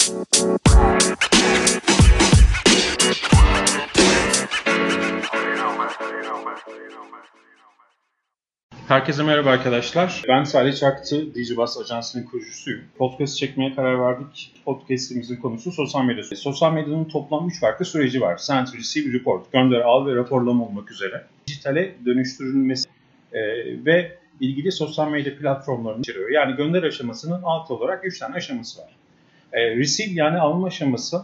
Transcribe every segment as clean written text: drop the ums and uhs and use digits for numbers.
Herkese merhaba arkadaşlar. Ben Salih Çaktı, Digibus Ajansı'nın kurucusuyum. Podcast çekmeye karar verdik. Podcast'imizin konusu sosyal medya. Sosyal medyanın toplam 3 farklı süreci var. Send, Receive, Report. Gönder, al ve raporlama olmak üzere. Dijitale dönüştürülmesi ve ilgili sosyal medya platformlarını içeriyor. Yani gönder aşamasının alt olarak 3 tane aşaması var. Receive yani alma aşaması.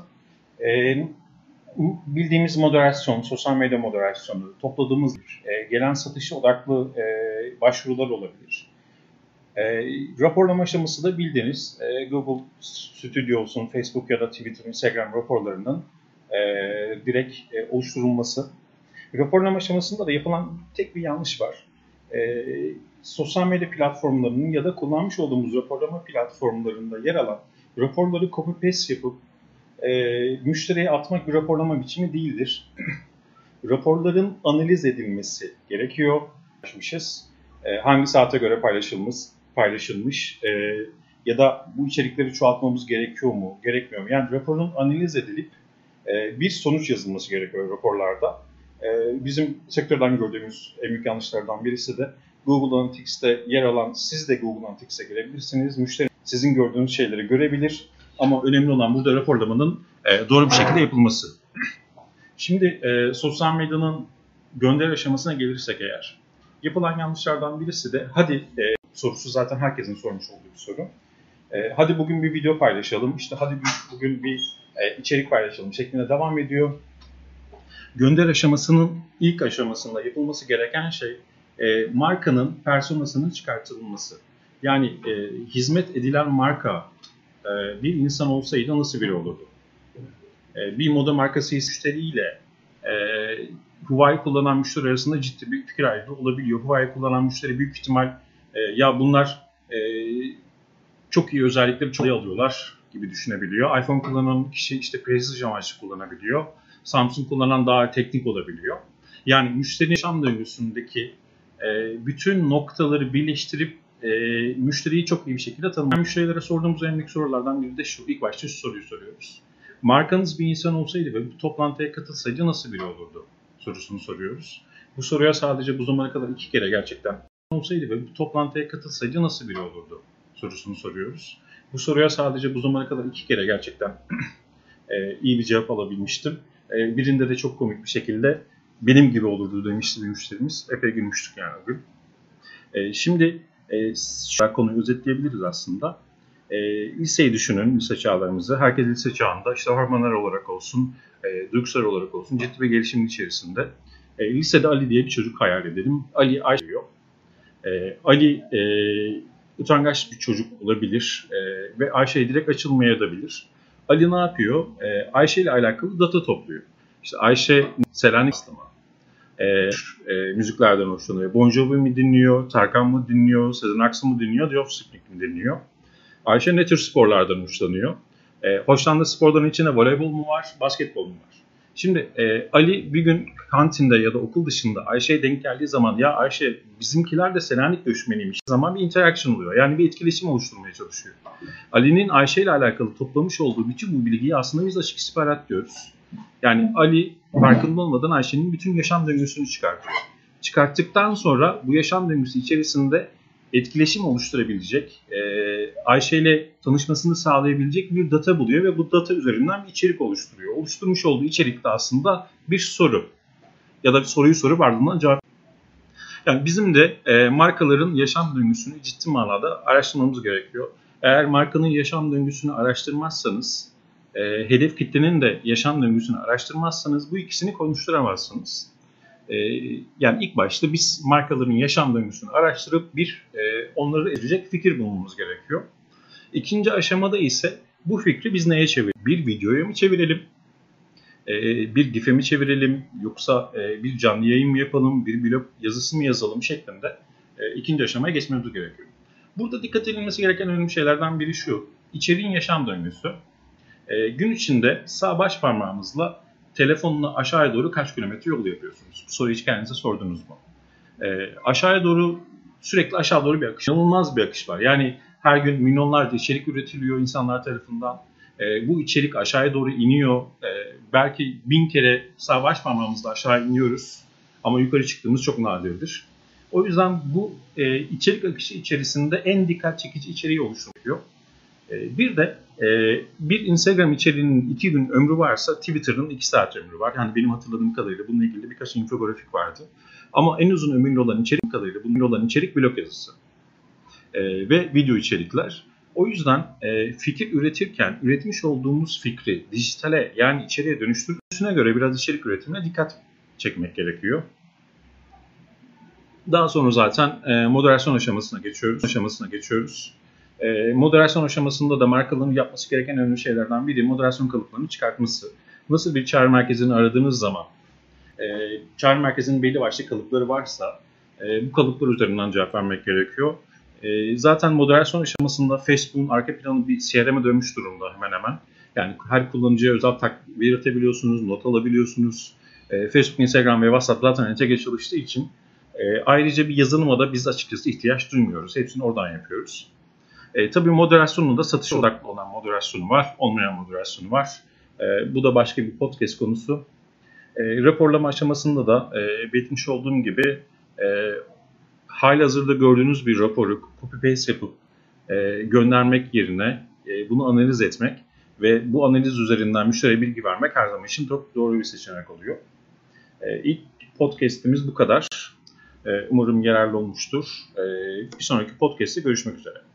Bildiğimiz moderasyon, sosyal medya moderasyonu, topladığımız gelen satışa odaklı başvurular olabilir. Raporlama aşaması da bildiğiniz Google Studio olsun, Facebook ya da Twitter, Instagram raporlarının direkt oluşturulması. Raporlama aşamasında da yapılan tek bir yanlış var. Sosyal medya platformlarının ya da kullanmış olduğumuz raporlama platformlarında yer alan raporları copy-paste yapıp müşteriye atmak bir raporlama biçimi değildir. Raporların analiz edilmesi gerekiyor. Hangi saate göre paylaşılmış ya da bu içerikleri çoğaltmamız gerekiyor mu, gerekmiyor mu? Yani raporun analiz edilip bir sonuç yazılması gerekiyor raporlarda. Bizim sektörden gördüğümüz en büyük yanlışlardan birisi de Google Analytics'te yer alan, siz de Google Analytics'e girebilirsiniz. Müşteri sizin gördüğünüz şeyleri görebilir. Ama önemli olan burada raporlamanın doğru bir şekilde yapılması. Şimdi sosyal medyanın gönder aşamasına gelirsek eğer, yapılan yanlışlardan birisi de sorusu zaten herkesin sormuş olduğu bir soru. Hadi bugün bir video paylaşalım, işte hadi bugün bir içerik paylaşalım şeklinde devam ediyor. Gönder aşamasının ilk aşamasında yapılması gereken şey markanın personasının çıkartılması. Yani hizmet edilen marka bir insan olsaydı nasıl biri olurdu? Bir moda markası müşteriyle Huawei kullanan müşteri arasında ciddi bir fikir ayrılığı olabiliyor. Huawei kullanan müşteri büyük ihtimal ya bunlar çok iyi özellikleri çok iyi alıyorlar gibi düşünebiliyor. iPhone kullanan kişi işte prestij amaçlı kullanabiliyor. Samsung kullanan daha teknik olabiliyor. Yani müşterinin yaşam döngüsündeki bütün noktaları birleştirip müşteriyi çok iyi bir şekilde tanımlamak. Müşterilere sorduğumuz en büyük sorulardan biri de şu. İlk başta şu soruyu soruyoruz. Markanız bir insan olsaydı ve bu toplantıya katılsaydı nasıl biri olurdu? Sorusunu soruyoruz. Bu soruya sadece bu zamana kadar 2 kere gerçekten olsaydı ve bu toplantıya katılsaydı nasıl biri olurdu? Sorusunu soruyoruz. Bu soruya sadece bu zamana kadar 2 kere gerçekten iyi bir cevap alabilmiştim. Birinde de çok komik bir şekilde benim gibi olurdu demişti bir müşterimiz. Epey gülmüştük yani o gün. Şimdi şu konuyu özetleyebiliriz aslında. Liseyi düşünün, lise çağlarımızı. Herkes lise çağında işte hormonal olarak olsun, duygusal olarak olsun ciddi bir gelişimin içerisinde. Lisede Ali diye bir çocuk hayal edelim. Ali Ayşe diyor. Ali utangaç bir çocuk olabilir ve Ayşe'ye direkt açılmayabilir. Ali ne yapıyor? Ayşe ile alakalı data topluyor. İşte Ayşe Selanik aslama. Müziklerden hoşlanıyor. Bon Jovi mi dinliyor, Tarkan mı dinliyor, Sezen Aksu mu dinliyor, The Offspring mi dinliyor? Ayşe ne tür sporlardan hoşlanıyor? Hoşlandığı sporların içinde voleybol mu var, basketbol mu var? Şimdi Ali bir gün kantinde ya da okul dışında Ayşe'ye denk geldiği zaman ya Ayşe bizimkiler de Selanik göçmeniymiş zaman bir interaction oluyor. Yani bir etkileşim oluşturmaya çalışıyor. Ali'nin Ayşe ile alakalı toplamış olduğu bütün bu bilgiyi aslında biz açık istihbarat diyoruz. Yani Ali farkında olmadan Ayşe'nin bütün yaşam döngüsünü çıkartıyor. Çıkarttıktan sonra bu yaşam döngüsü içerisinde etkileşim oluşturabilecek, Ayşe ile tanışmasını sağlayabilecek bir data buluyor ve bu data üzerinden bir içerik oluşturuyor. Oluşturmuş olduğu içerik de aslında bir soru ya da bir soruyu sorup ardından cevap. Yani bizim de markaların yaşam döngüsünü ciddi manada araştırmamız gerekiyor. Eğer markanın yaşam döngüsünü araştırmazsanız, hedef kitlenin de yaşam döngüsünü araştırmazsanız bu ikisini konuşturamazsınız. Yani ilk başta biz markaların yaşam döngüsünü araştırıp onları edecek fikir bulmamız gerekiyor. İkinci aşamada ise bu fikri biz neye çevirelim? Bir videoya mı çevirelim? Bir GIF'e mi çevirelim? Yoksa bir canlı yayın mı yapalım? Bir blog yazısı mı yazalım şeklinde ikinci aşamaya geçmemiz gerekiyor. Burada dikkat edilmesi gereken önemli şeylerden biri şu. İçeriğin yaşam döngüsü. Gün içinde sağ baş parmağınızla telefonla aşağıya doğru kaç kilometre yol yapıyorsunuz? Bu soruyu hiç kendinize sordunuz mu? Aşağıya doğru sürekli aşağı doğru bir akış. İnanılmaz bir akış var. Yani her gün milyonlarca içerik üretiliyor insanlar tarafından. Bu içerik aşağıya doğru iniyor. Belki 1000 kere savaş parmağımızla aşağı iniyoruz ama yukarı çıktığımız çok nadirdir. O yüzden bu içerik akışı içerisinde en dikkat çekici içeriği oluşturuyor. Bir de bir Instagram içeriğinin 2 gün ömrü varsa Twitter'ın 2 saat ömrü var. Yani benim hatırladığım kadarıyla bununla ilgili birkaç infografik vardı. Ama en uzun ömürlü olan içerik blog yazısı ve video içerikler. O yüzden fikir üretirken üretmiş olduğumuz fikri dijitale yani içeriye dönüştürmesine göre biraz içerik üretimine dikkat çekmek gerekiyor. Daha sonra zaten moderasyon aşamasına geçiyoruz. Moderasyon aşamasında da markaların yapması gereken önemli şeylerden biri moderasyon kalıplarını çıkartması. Nasıl bir çağrı merkezini aradığınız zaman çağrı merkezinin belli başlı kalıpları varsa bu kalıplar üzerinden cevap vermek gerekiyor. Zaten moderasyon aşamasında Facebook'un arka planı bir CRM'e dönmüş durumda hemen hemen. Yani her kullanıcıya özel veri atabiliyorsunuz, not alabiliyorsunuz. Facebook, Instagram ve WhatsApp zaten entegre çalıştığı için ayrıca bir yazılıma da biz açıkçası ihtiyaç duymuyoruz. Hepsini oradan yapıyoruz. Tabii moderasyonun da satış odaklı olan moderasyonu var, olmayan moderasyonu var. Bu da başka bir podcast konusu. Raporlama aşamasında da belirtmiş olduğum gibi halihazırda gördüğünüz bir raporu copy-paste yapıp göndermek yerine bunu analiz etmek ve bu analiz üzerinden müşteriye bilgi vermek her zaman için çok doğru bir seçenek oluyor. İlk podcast'imiz bu kadar. Umarım yararlı olmuştur. Bir sonraki podcast'te görüşmek üzere.